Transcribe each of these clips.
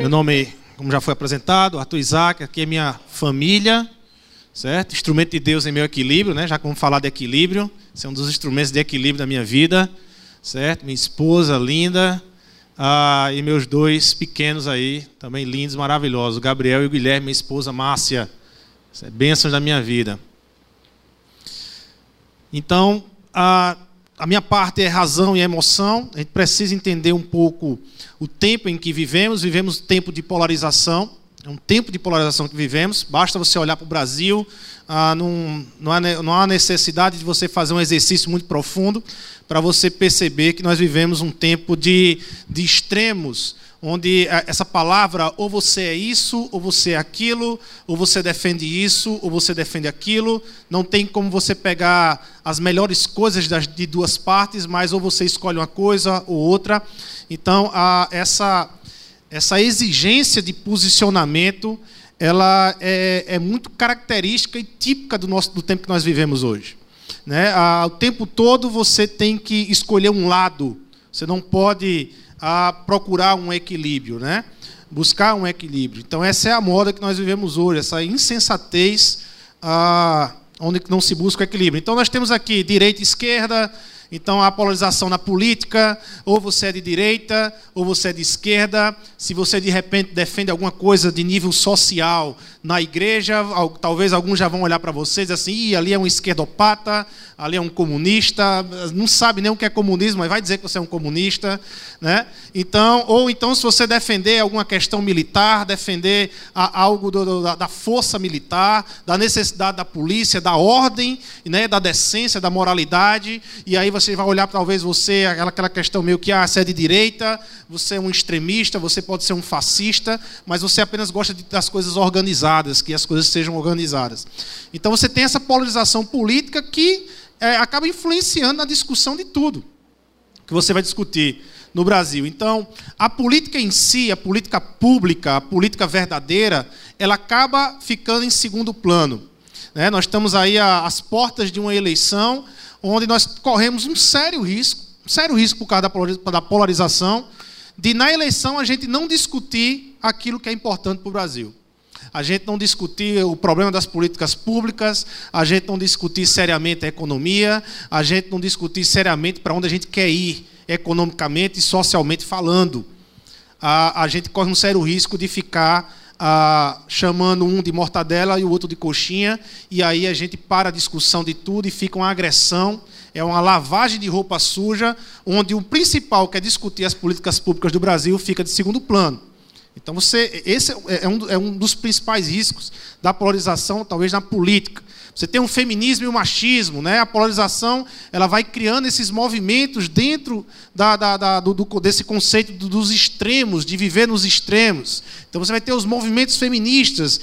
Meu nome, como já foi apresentado, Arthur Isaac, aqui é minha família, certo? Instrumento de Deus em meu equilíbrio, né? Já que vamos falar de equilíbrio, esse é um dos instrumentos de equilíbrio da minha vida, certo? Minha esposa linda, e meus dois pequenos aí, também lindos, maravilhosos, o Gabriel e o Guilherme, minha esposa Márcia, isso é bênçãos da minha vida. Então, a minha parte é razão e emoção. A gente precisa entender um pouco o tempo em que vivemos. Vivemos um tempo de polarização. É um tempo de polarização que vivemos. Basta você olhar para o Brasil. Não há necessidade de você fazer um exercício muito profundo para você perceber que nós vivemos um tempo de extremos, onde essa palavra, ou você é isso, ou você é aquilo, ou você defende isso, ou você defende aquilo. Não tem como você pegar as melhores coisas de duas partes, mas ou você escolhe uma coisa ou outra. Então, essa exigência de posicionamento, ela é muito característica e típica do tempo que nós vivemos hoje, né? O tempo todo você tem que escolher um lado. Você não pode procurar um equilíbrio, né? Buscar um equilíbrio. Então, essa é a moda que nós vivemos hoje, essa insensatez onde não se busca o equilíbrio. Então, nós temos aqui direita e esquerda. Então, a polarização na política, ou você é de direita, ou você é de esquerda. Se você, de repente, defende alguma coisa de nível social na igreja, talvez alguns já vão olhar para vocês assim, ali é um esquerdopata, ali é um comunista, não sabe nem o que é comunismo, mas vai dizer que você é um comunista, né? Ou então, se você defender alguma questão militar, defender algo da força militar, da necessidade da polícia, da ordem, né, da decência, da moralidade, e aí você vai olhar, talvez você, aquela questão meio que, você é de direita, você é um extremista, você pode ser um fascista, mas você apenas gosta das coisas organizadas, que as coisas sejam organizadas. Então você tem essa polarização política que acaba influenciando na discussão de tudo que você vai discutir no Brasil. Então, a política em si, a política pública, a política verdadeira, ela acaba ficando em segundo plano, né? Nós estamos aí às portas de uma eleição onde nós corremos um sério risco por causa da polarização, de na eleição a gente não discutir aquilo que é importante para o Brasil. A gente não discutir o problema das políticas públicas, a gente não discutir seriamente a economia, a gente não discutir seriamente para onde a gente quer ir, economicamente e socialmente falando. A gente corre um sério risco de ficar chamando um de mortadela e o outro de coxinha, e aí a gente para a discussão de tudo e fica uma agressão, é uma lavagem de roupa suja, onde o principal, que é discutir as políticas públicas do Brasil, fica de segundo plano. Então, esse é um dos principais riscos da polarização, talvez, na política. Você tem um feminismo e um machismo, né? A polarização, ela vai criando esses movimentos dentro desse conceito dos extremos, de viver nos extremos. Então, você vai ter os movimentos feministas,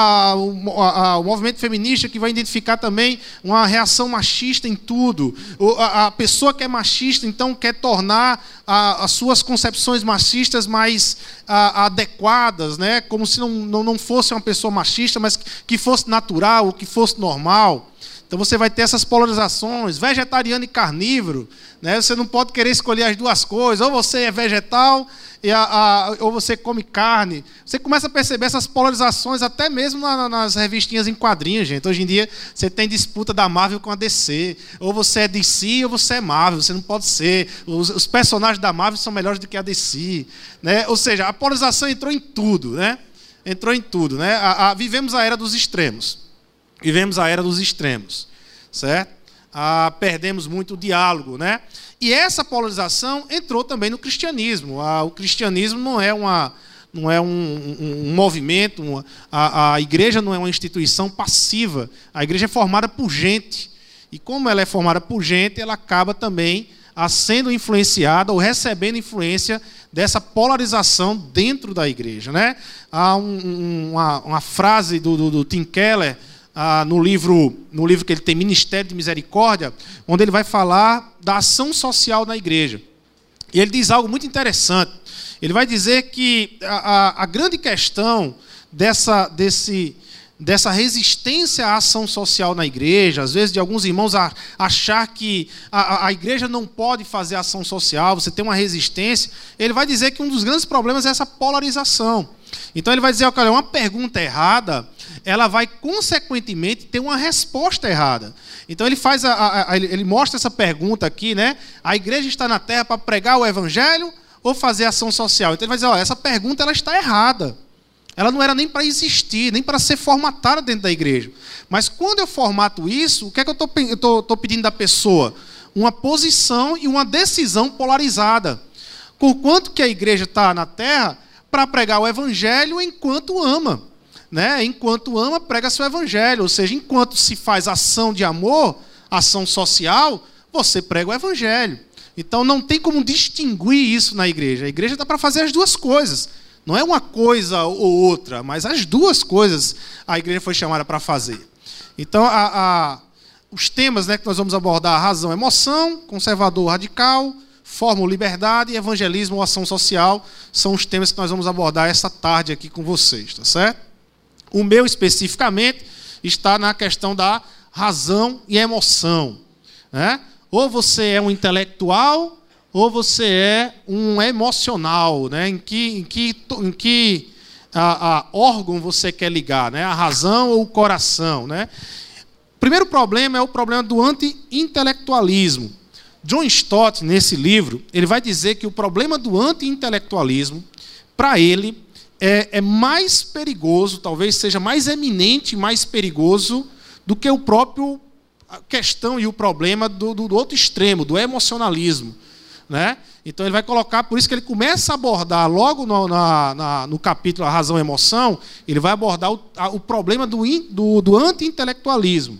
o movimento feminista que vai identificar também uma reação machista em tudo. A pessoa que é machista, então, quer tornar as suas concepções machistas mais adequadas, né? Como se não fosse uma pessoa machista, mas que fosse natural, que fosse normal. Então você vai ter essas polarizações, vegetariano e carnívoro, né? Você não pode querer escolher as duas coisas, ou você é vegetal ou você come carne. Você começa a perceber essas polarizações até mesmo nas revistinhas em quadrinhos, gente. Hoje em dia você tem disputa da Marvel com a DC, ou você é DC ou você é Marvel, você não pode ser. Os personagens da Marvel são melhores do que a DC, né? Ou seja, a polarização entrou em tudo, né? Entrou em tudo, né? Vivemos a era dos extremos. Vivemos a era dos extremos, certo? Perdemos muito o diálogo, né? E essa polarização entrou também no cristianismo. O cristianismo não é um movimento, a igreja não é uma instituição passiva. A igreja é formada por gente. E como ela é formada por gente, ela acaba também sendo influenciada ou recebendo influência dessa polarização dentro da igreja, né? Há uma frase do Tim Keller, no livro que ele tem, Ministério de Misericórdia, onde ele vai falar da ação social na igreja. E ele diz algo muito interessante. Ele vai dizer que a grande questão dessa resistência à ação social na igreja, às vezes de alguns irmãos achar que a igreja não pode fazer ação social, você tem uma resistência, ele vai dizer que um dos grandes problemas é essa polarização. Então ele vai dizer, olha, uma pergunta errada, ela vai consequentemente ter uma resposta errada. Então ele faz ele mostra essa pergunta aqui, né? A igreja está na terra para pregar o evangelho ou fazer ação social? Então ele vai dizer, olha, essa pergunta ela está errada. Ela não era nem para existir, nem para ser formatada dentro da igreja. Mas quando eu formato isso, o que é que eu estou pedindo da pessoa? Uma posição e uma decisão polarizada. Conquanto que a igreja está na terra para pregar o evangelho enquanto ama. Né? Enquanto ama, prega seu evangelho. Ou seja, enquanto se faz ação de amor, ação social, você prega o evangelho. Então não tem como distinguir isso na igreja. A igreja está para fazer as duas coisas. Não é uma coisa ou outra, mas as duas coisas a igreja foi chamada para fazer. Então, os temas, né, que nós vamos abordar, razão, emoção, conservador, radical, fórmula, liberdade e evangelismo ou ação social, são os temas que nós vamos abordar esta tarde aqui com vocês, tá certo? O meu, especificamente, está na questão da razão e emoção. Né? Ou você é um intelectual, ou você é um emocional, né? Em que órgão você quer ligar, né? A razão ou o coração, né? O primeiro problema é o problema do anti-intelectualismo. John Stott, nesse livro, ele vai dizer que o problema do anti-intelectualismo, para ele, é mais perigoso, talvez seja mais eminente, mais perigoso do que o próprio questão e o problema do outro extremo, do emocionalismo. Né? Então ele vai colocar, por isso que ele começa a abordar logo no capítulo A Razão e a Emoção, ele vai abordar o problema do anti-intelectualismo.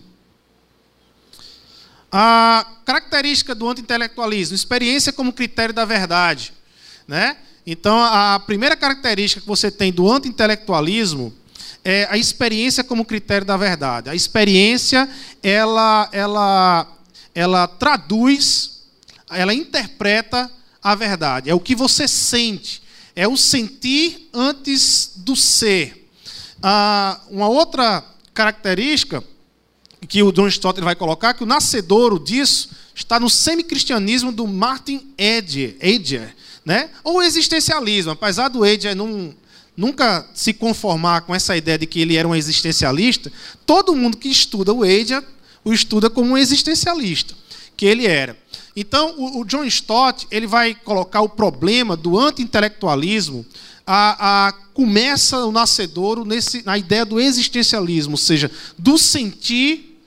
A característica do anti-intelectualismo, experiência como critério da verdade. Né? Então a primeira característica que você tem do anti-intelectualismo é a experiência como critério da verdade. A experiência, ela traduz, ela interpreta a verdade. É o que você sente. É o sentir antes do ser. Uma outra característica que o John Stott vai colocar, que o nascedouro disso está no semicristianismo do Martin Heidegger, né? Ou o existencialismo. Apesar do Heidegger nunca se conformar com essa ideia de que ele era um existencialista, todo mundo que estuda o Heidegger o estuda como um existencialista, que ele era. Então, o John Stott ele vai colocar o problema do anti-intelectualismo, começa o nascedouro na ideia do existencialismo, ou seja, do sentir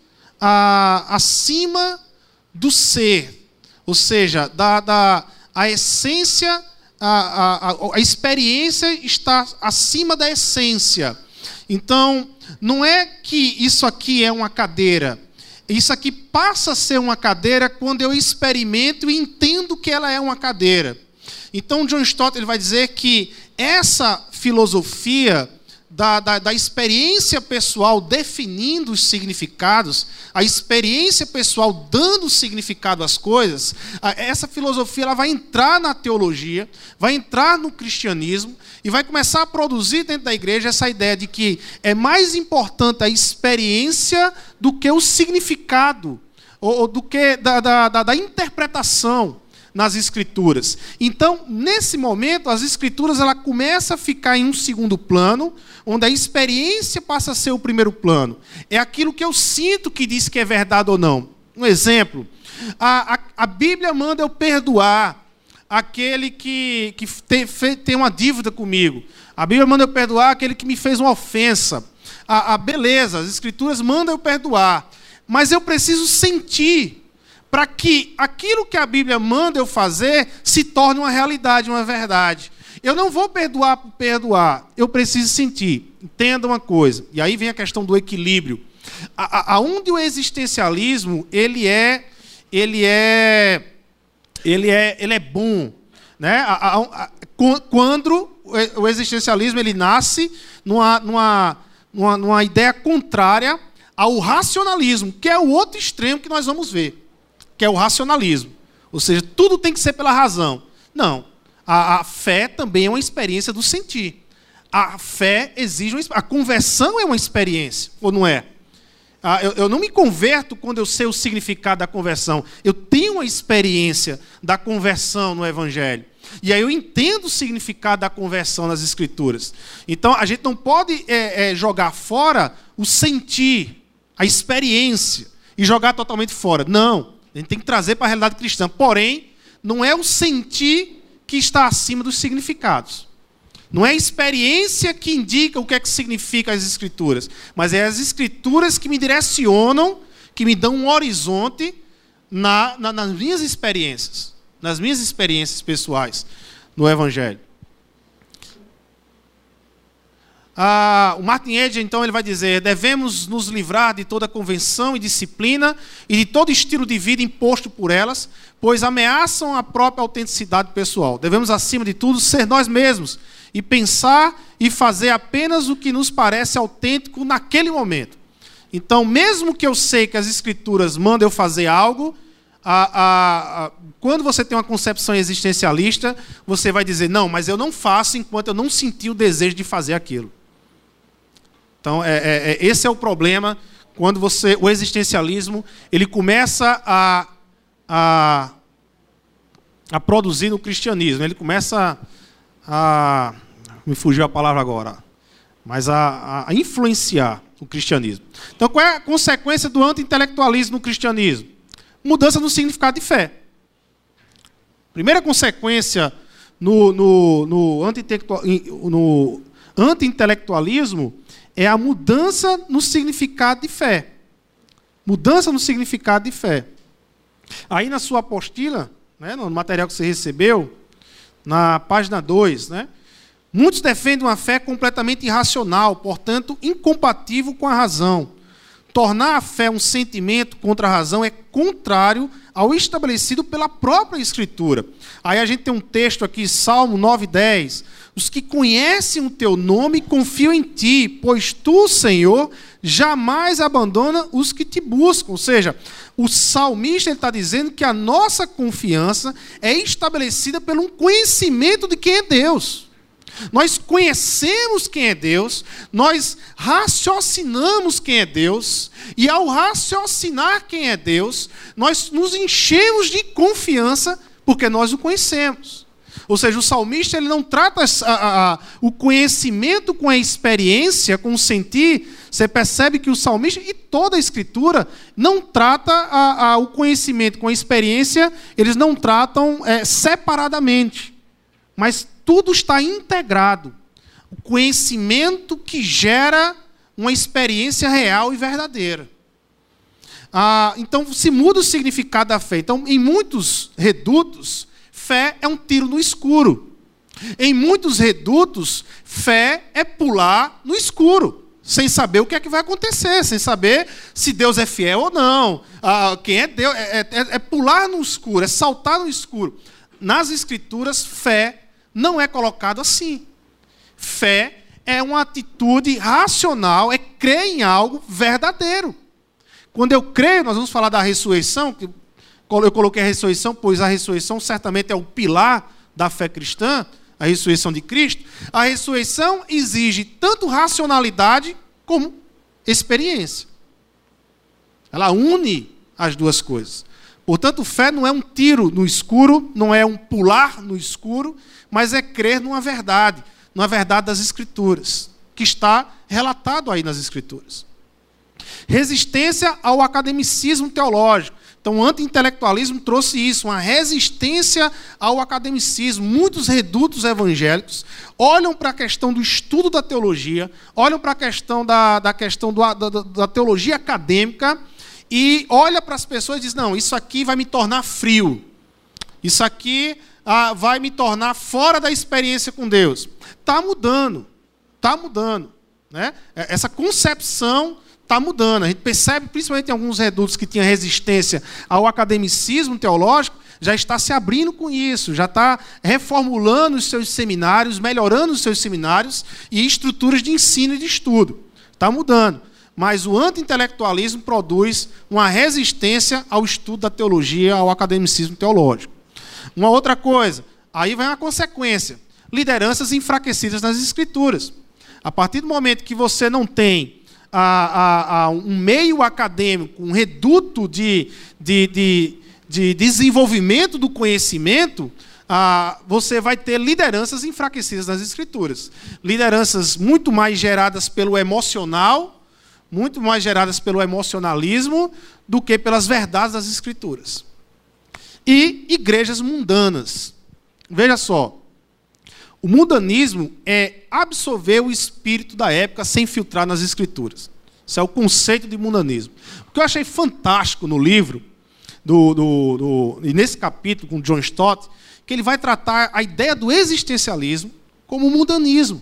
acima do ser, ou seja, a essência, a experiência está acima da essência. Então, não é que isso aqui é uma cadeira. Isso aqui passa a ser uma cadeira quando eu experimento e entendo que ela é uma cadeira. Então, John Stott ele vai dizer que essa filosofia da experiência pessoal definindo os significados, a experiência pessoal dando significado às coisas, essa filosofia ela vai entrar na teologia, vai entrar no cristianismo e vai começar a produzir dentro da igreja essa ideia de que é mais importante a experiência do que o significado, ou do que da interpretação nas Escrituras. Então, nesse momento, as Escrituras ela começa a ficar em um segundo plano, onde a experiência passa a ser o primeiro plano. É aquilo que eu sinto que diz que é verdade ou não. Um exemplo, a Bíblia manda eu perdoar aquele que tem uma dívida comigo. A Bíblia manda eu perdoar aquele que me fez uma ofensa. Beleza, as Escrituras mandam eu perdoar. Mas eu preciso sentir para que aquilo que a Bíblia manda eu fazer se torne uma realidade, uma verdade. Eu não vou perdoar por perdoar, eu preciso sentir. Entenda uma coisa, e aí vem a questão do equilíbrio. Aonde o existencialismo ele é bom, né? Quando o existencialismo ele nasce numa ideia contrária ao racionalismo, que é o outro extremo que nós vamos ver, que é o racionalismo. Ou seja, tudo tem que ser pela razão. Não. A fé também é uma experiência do sentir. A fé exige a conversão é uma experiência, ou não é? Eu não me converto quando eu sei o significado da conversão. Eu tenho uma experiência da conversão no Evangelho. E aí eu entendo o significado da conversão nas Escrituras. Então, a gente não pode jogar fora o sentir, a experiência, e jogar totalmente fora. Não. A gente tem que trazer para a realidade cristã. Porém, não é o sentir que está acima dos significados. Não é a experiência que indica o que é que significa as Escrituras, mas é as Escrituras que me direcionam, que me dão um horizonte nas minhas experiências pessoais no Evangelho. O Martin Ed, então, ele vai dizer: devemos nos livrar de toda convenção e disciplina e de todo estilo de vida imposto por elas, pois ameaçam a própria autenticidade pessoal. Devemos, acima de tudo, ser nós mesmos e pensar e fazer apenas o que nos parece autêntico naquele momento. Então, mesmo que eu sei que as Escrituras mandam eu fazer algo, quando você tem uma concepção existencialista, você vai dizer: não, mas eu não faço enquanto eu não sentir o desejo de fazer aquilo. Então, esse é o problema quando o existencialismo ele começa a produzir no cristianismo. Ele começa me fugiu a palavra agora, mas a influenciar o cristianismo. Então, qual é a consequência do anti-intelectualismo no cristianismo? Mudança no significado de fé. Primeira consequência no anti-intelectualismo é a mudança no significado de fé. Mudança no significado de fé. Aí na sua apostila, né, no material que você recebeu, na página 2, né, muitos defendem uma fé completamente irracional, portanto, incompatível com a razão. Tornar a fé um sentimento contra a razão é contrário ao estabelecido pela própria Escritura. Aí a gente tem um texto aqui, Salmo 9:10. Os que conhecem o teu nome confiam em ti, pois tu, Senhor, jamais abandona os que te buscam. Ou seja, o salmista está dizendo que a nossa confiança é estabelecida pelo um conhecimento de quem é Deus. Nós conhecemos quem é Deus, nós raciocinamos quem é Deus, e ao raciocinar quem é Deus, nós nos enchemos de confiança porque nós o conhecemos. Ou seja, o salmista ele não trata o conhecimento com a experiência, com o sentir. Você percebe que o salmista e toda a Escritura não trata o conhecimento com a experiência, eles não tratam separadamente, mas tudo está integrado. O conhecimento que gera uma experiência real e verdadeira. Então, se muda o significado da fé. Então, em muitos redutos, fé é um tiro no escuro. Em muitos redutos, fé é pular no escuro, sem saber o que é que vai acontecer, sem saber se Deus é fiel ou não. Quem é Deus é pular no escuro, é saltar no escuro. Nas Escrituras, fé não é colocado assim. Fé é uma atitude racional, é crer em algo verdadeiro. Quando eu creio, nós vamos falar da ressurreição, que eu coloquei a ressurreição, pois a ressurreição certamente é o pilar da fé cristã, a ressurreição de Cristo. A ressurreição exige tanto racionalidade como experiência. Ela une as duas coisas. Portanto, fé não é um tiro no escuro, não é um pular no escuro, mas é crer numa verdade das Escrituras, que está relatado aí nas Escrituras. Resistência ao academicismo teológico. Então, o anti-intelectualismo trouxe isso, uma resistência ao academicismo. Muitos redutos evangélicos olham para a questão do estudo da teologia, olham para a questão da teologia acadêmica e olham para as pessoas e dizem: não, isso aqui vai me tornar frio. Isso aqui vai me tornar fora da experiência com Deus. Está mudando. Né? Essa concepção está mudando. A gente percebe, principalmente em alguns redutos que tinham resistência ao academicismo teológico, já está se abrindo com isso, já está reformulando os seus seminários, melhorando os seus seminários e estruturas de ensino e de estudo. Está mudando. Mas o anti-intelectualismo produz uma resistência ao estudo da teologia, ao academicismo teológico. Uma outra coisa, aí vem uma consequência. lideranças enfraquecidas nas Escrituras. A partir do momento que você não tem um meio acadêmico, um reduto de desenvolvimento do conhecimento, você vai ter lideranças enfraquecidas nas Escrituras. Lideranças muito mais geradas pelo emocional, muito mais geradas pelo emocionalismo, do que pelas verdades das Escrituras. E igrejas mundanas. Veja só, o mundanismo é absorver o espírito da época sem filtrar nas Escrituras. Isso é o conceito de mundanismo. O que eu achei fantástico no livro, e nesse capítulo com John Stott, que ele vai tratar a ideia do existencialismo como mundanismo.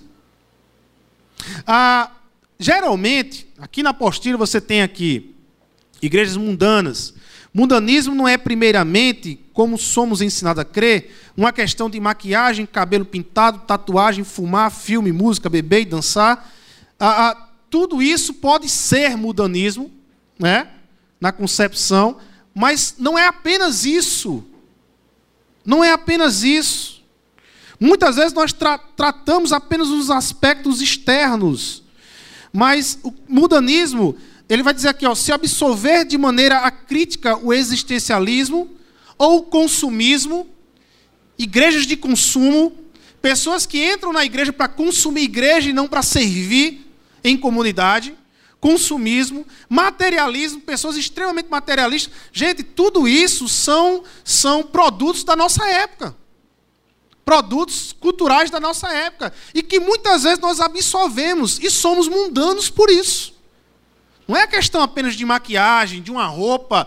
Geralmente, aqui na apostila você tem aqui igrejas mundanas. Mundanismo não é primeiramente, como somos ensinados a crer, uma questão de maquiagem, cabelo pintado, tatuagem, fumar, filme, música, beber e dançar. Tudo isso pode ser mundanismo, né, na concepção, mas não é apenas isso. Não é apenas isso. Muitas vezes nós tratamos apenas os aspectos externos. Mas o mundanismo, ele vai dizer aqui, se absorver de maneira acrítica o existencialismo ou o consumismo, igrejas de consumo, pessoas que entram na igreja para consumir igreja e não para servir em comunidade, consumismo, materialismo, pessoas extremamente materialistas. Gente, tudo isso são produtos da nossa época. Produtos culturais da nossa época. E que muitas vezes nós absorvemos e somos mundanos por isso. Não é questão apenas de maquiagem, de uma roupa.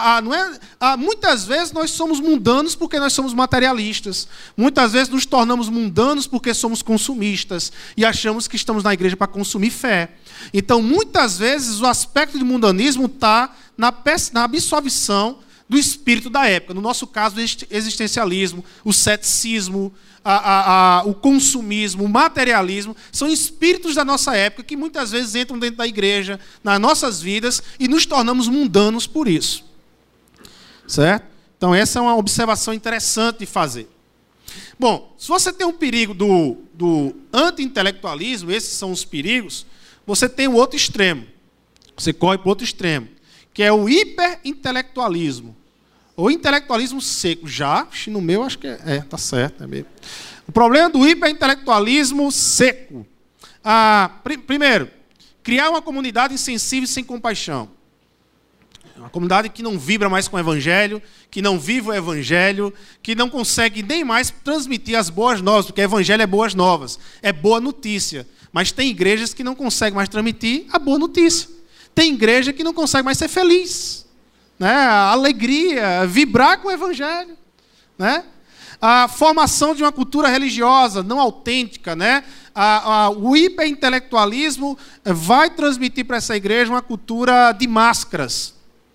Muitas vezes nós somos mundanos porque nós somos materialistas. Muitas vezes nos tornamos mundanos porque somos consumistas e achamos que estamos na igreja para consumir fé. Então, muitas vezes, o aspecto do mundanismo está na absorção do espírito da época. No nosso caso, o existencialismo, o ceticismo, o consumismo, o materialismo, são espíritos da nossa época que muitas vezes entram dentro da igreja, nas nossas vidas, e nos tornamos mundanos por isso. Certo? Então, essa é uma observação interessante de fazer. Bom, se você tem um perigo do anti-intelectualismo, esses são os perigos, você tem o outro extremo. Você corre para o outro extremo, que é o hiperintelectualismo. Ou intelectualismo seco. No meu acho que está certo. É mesmo. O problema do hiperintelectualismo seco. Primeiro, criar uma comunidade insensível e sem compaixão. Uma comunidade que não vibra mais com o Evangelho, que não vive o Evangelho, que não consegue nem mais transmitir as boas novas, porque o Evangelho é boas novas, é boa notícia. Mas tem igrejas que não conseguem mais transmitir a boa notícia. Tem igreja que não consegue mais ser feliz, né? A alegria, vibrar com o Evangelho, né? A formação de uma cultura religiosa não autêntica, né? O hiperintelectualismo vai transmitir para essa igreja uma cultura de máscaras,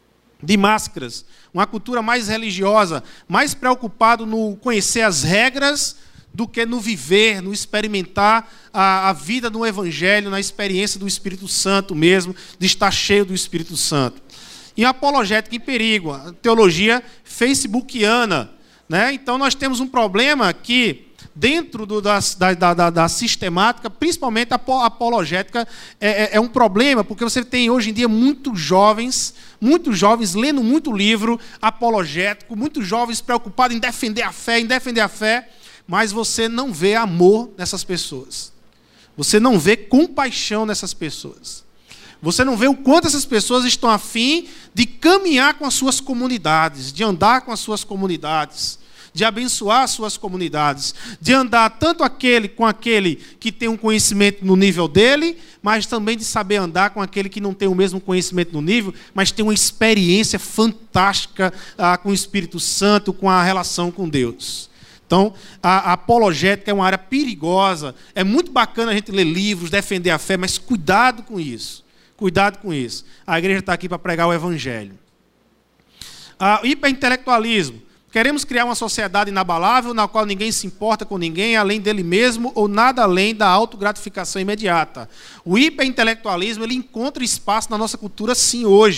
uma cultura mais religiosa, mais preocupado no conhecer as regras do que no viver, no experimentar a vida no Evangelho, na experiência do Espírito Santo mesmo, de estar cheio do Espírito Santo. E a apologética em perigo, a teologia facebookiana, né? Então nós temos um problema que, dentro da sistemática, principalmente a apologética, é um problema, porque você tem hoje em dia muitos jovens lendo muito livro apologético, muitos jovens preocupados em defender a fé, mas você não vê amor nessas pessoas. Você não vê compaixão nessas pessoas. Você não vê o quanto essas pessoas estão a fim de caminhar com as suas comunidades, de andar com as suas comunidades, de abençoar as suas comunidades, de andar tanto com aquele que tem um conhecimento no nível dele, mas também de saber andar com aquele que não tem o mesmo conhecimento no nível, mas tem uma experiência fantástica com o Espírito Santo, com a relação com Deus. Então, a apologética é uma área perigosa. É muito bacana a gente ler livros, defender a fé, mas cuidado com isso. Cuidado com isso. A igreja está aqui para pregar o Evangelho. Hiperintelectualismo. Queremos criar uma sociedade inabalável, na qual ninguém se importa com ninguém, além dele mesmo, ou nada além da autogratificação imediata. O hiperintelectualismo, ele encontra espaço na nossa cultura, sim, hoje.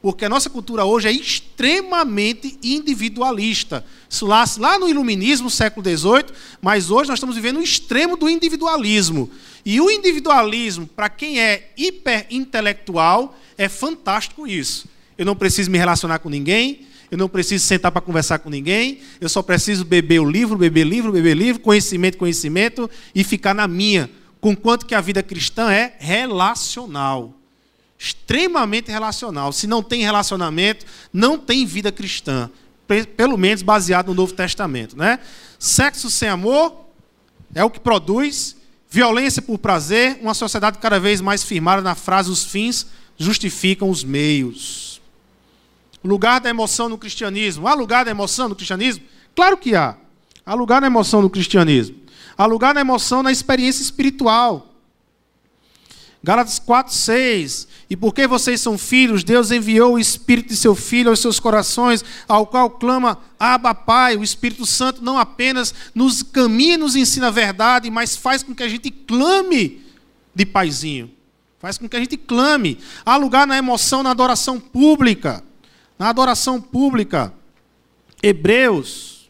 Porque a nossa cultura hoje é extremamente individualista. Isso lá no iluminismo, século XVIII, mas hoje nós estamos vivendo o extremo do individualismo. E o individualismo, para quem é hiperintelectual, é fantástico isso. Eu não preciso me relacionar com ninguém, eu não preciso sentar para conversar com ninguém, eu só preciso beber livro, conhecimento, e ficar na minha. Conquanto que a vida cristã é relacional. Extremamente relacional. Se não tem relacionamento, não tem vida cristã. Pelo menos baseado no Novo Testamento, né? Sexo sem amor é o que produz violência por prazer, uma sociedade cada vez mais firmada na frase os fins justificam os meios. O lugar da emoção no cristianismo. Há lugar da emoção no cristianismo? Claro que há. Há lugar da emoção no cristianismo. Há lugar da emoção na experiência espiritual. Gálatas 4:6. E porque vocês são filhos, Deus enviou o Espírito de seu Filho aos seus corações, ao qual clama, Abba, Pai. O Espírito Santo não apenas nos caminha e nos ensina a verdade, mas faz com que a gente clame de paizinho. Faz com que a gente clame. Há lugar na emoção, na adoração pública. Na adoração pública. Hebreus,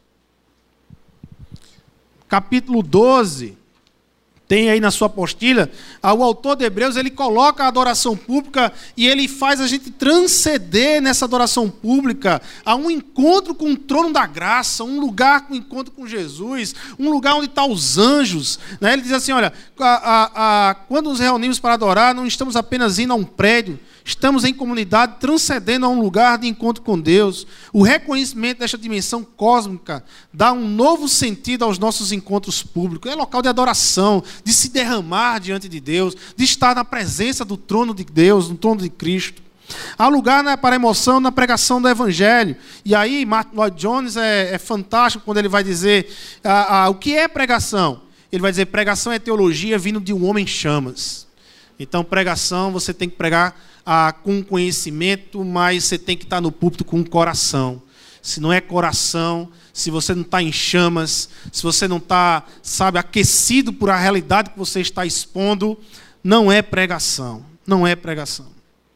capítulo 12. Tem aí na sua apostila, o autor de Hebreus, ele coloca a adoração pública e ele faz a gente transcender nessa adoração pública a um encontro com o trono da graça, um lugar com o encontro com Jesus, um lugar onde estão os anjos. Né? Ele diz assim, olha, quando nos reunimos para adorar, não estamos apenas indo a um prédio, estamos em comunidade transcendendo a um lugar de encontro com Deus. O reconhecimento desta dimensão cósmica dá um novo sentido aos nossos encontros públicos. É local de adoração, de se derramar diante de Deus, de estar na presença do trono de Deus, no trono de Cristo. Há lugar para a emoção na pregação do Evangelho. E aí, Martin Lloyd Jones é fantástico quando ele vai dizer o que é pregação. Ele vai dizer, pregação é teologia vindo de um homem em chamas. Então, pregação, você tem que pregar com conhecimento, mas você tem que estar no púlpito com o coração. Se não é coração, se você não está em chamas, se você não está, aquecido por a realidade que você está expondo, não é pregação. Não é pregação.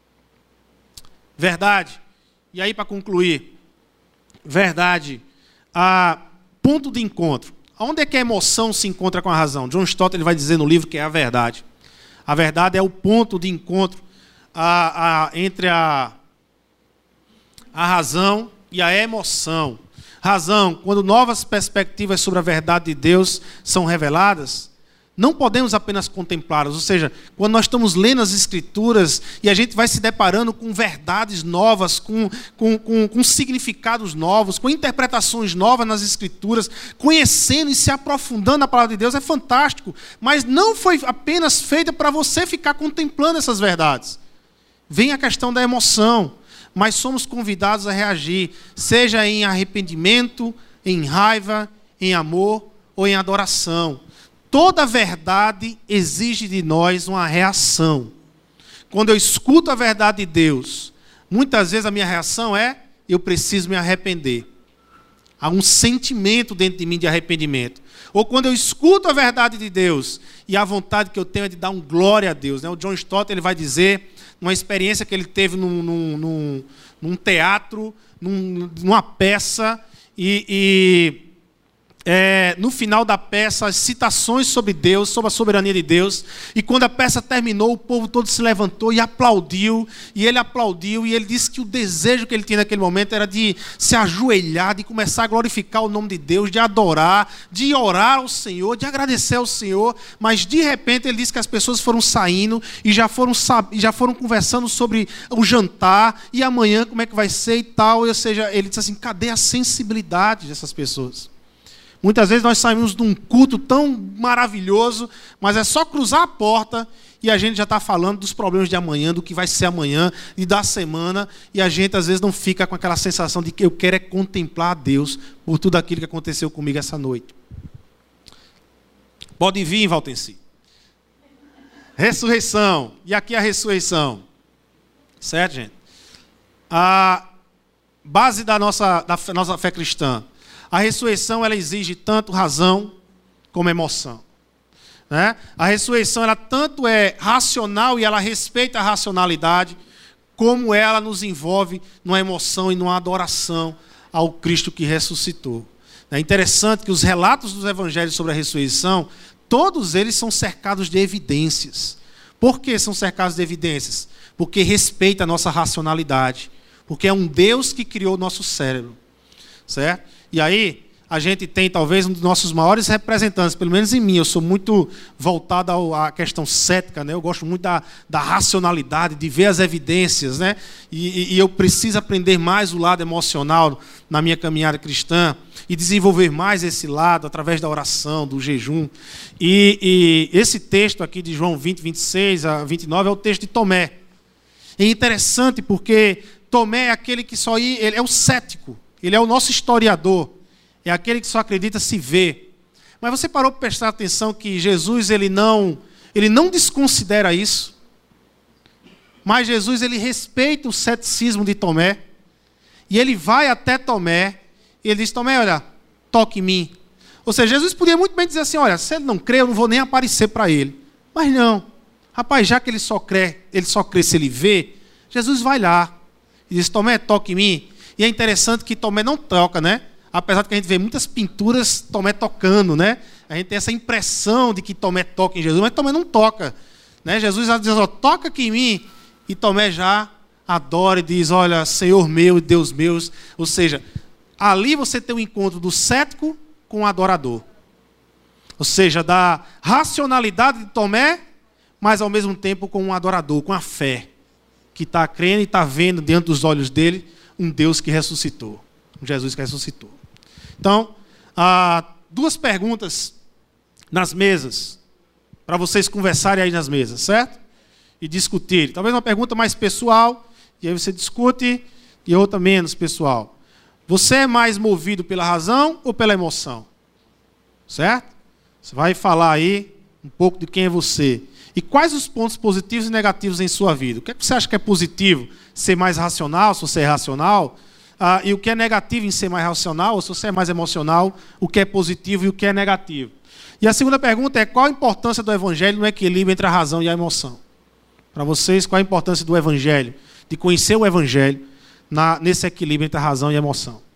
Verdade. E aí, para concluir, verdade, ponto de encontro. Onde é que a emoção se encontra com a razão? John Stott ele vai dizer no livro que é a verdade. A verdade é o ponto de encontro entre a razão e a emoção. Razão, quando novas perspectivas sobre a verdade de Deus são reveladas, não podemos apenas contemplá-las. Ou seja, quando nós estamos lendo as Escrituras e a gente vai se deparando com verdades novas, com significados novos, com interpretações novas nas Escrituras, conhecendo e se aprofundando na palavra de Deus, é fantástico. Mas não foi apenas feita para você ficar contemplando essas verdades. Vem a questão da emoção, mas somos convidados a reagir, seja em arrependimento, em raiva, em amor ou em adoração. Toda verdade exige de nós uma reação. Quando eu escuto a verdade de Deus, muitas vezes a minha reação é, eu preciso me arrepender. Há um sentimento dentro de mim de arrependimento. Ou quando eu escuto a verdade de Deus, e a vontade que eu tenho é de dar um glória a Deus. Né? O John Stott ele vai dizer, numa experiência que ele teve num teatro, numa peça, no final da peça, as citações sobre Deus, sobre a soberania de Deus, e quando a peça terminou, o povo todo se levantou e aplaudiu, e ele disse que o desejo que ele tinha naquele momento era de se ajoelhar, de começar a glorificar o nome de Deus, de adorar, de orar ao Senhor, de agradecer ao Senhor, mas de repente ele disse que as pessoas foram saindo e já foram conversando sobre o jantar, e amanhã como é que vai ser e tal, ou seja, ele disse assim, cadê a sensibilidade dessas pessoas? Muitas vezes nós saímos de um culto tão maravilhoso, mas é só cruzar a porta e a gente já está falando dos problemas de amanhã, do que vai ser amanhã e da semana, e a gente às vezes não fica com aquela sensação de que eu quero é contemplar a Deus por tudo aquilo que aconteceu comigo essa noite. Pode vir, Valtenci. Ressurreição. E aqui a ressurreição. Certo, gente? A base da nossa fé cristã. A ressurreição ela exige tanto razão como emoção. Né? A ressurreição ela tanto é racional e ela respeita a racionalidade, como ela nos envolve numa emoção e numa adoração ao Cristo que ressuscitou. É interessante que os relatos dos evangelhos sobre a ressurreição, todos eles são cercados de evidências. Por que são cercados de evidências? Porque respeita a nossa racionalidade. Porque é um Deus que criou o nosso cérebro. Certo? E aí, a gente tem talvez um dos nossos maiores representantes, pelo menos em mim, eu sou muito voltado à questão cética, né? Eu gosto muito da racionalidade, de ver as evidências, né? E eu preciso aprender mais o lado emocional na minha caminhada cristã e desenvolver mais esse lado através da oração, do jejum. E esse texto aqui de João 20, 26 a 29 é o texto de Tomé. É interessante porque Tomé é aquele que ele é o cético, ele é o nosso historiador. É aquele que só acredita se vê. Mas você parou para prestar atenção que Jesus ele não desconsidera isso. Mas Jesus ele respeita o ceticismo de Tomé. E ele vai até Tomé. E ele diz, Tomé, olha, toque em mim. Ou seja, Jesus podia muito bem dizer assim, olha, se ele não crê, eu não vou nem aparecer para ele. Mas não. Rapaz, já que ele só crê se ele vê, Jesus vai lá. E diz, Tomé, toque em mim. E é interessante que Tomé não toca, né? Apesar de que a gente vê muitas pinturas Tomé tocando, né? A gente tem essa impressão de que Tomé toca em Jesus, mas Tomé não toca, né? Jesus já diz, ó, toca aqui em mim, e Tomé já adora e diz, olha, Senhor meu e Deus meu. Ou seja, ali você tem o encontro do cético com o adorador. Ou seja, da racionalidade de Tomé, mas ao mesmo tempo com um adorador, com a fé, que está crendo e está vendo diante dos olhos dele um Deus que ressuscitou, um Jesus que ressuscitou. Então, duas perguntas nas mesas, para vocês conversarem aí nas mesas, certo? E discutirem. Talvez uma pergunta mais pessoal, e aí você discute, e outra menos pessoal. Você é mais movido pela razão ou pela emoção? Certo? Você vai falar aí um pouco de quem é você. E quais os pontos positivos e negativos em sua vida? O que é que você acha que é positivo? Ser mais racional, se você é racional? E o que é negativo em ser mais racional, ou se você é mais emocional, o que é positivo e o que é negativo. E a segunda pergunta é, qual a importância do Evangelho no equilíbrio entre a razão e a emoção? Para vocês, qual a importância do Evangelho, de conhecer o Evangelho nesse equilíbrio entre a razão e a emoção?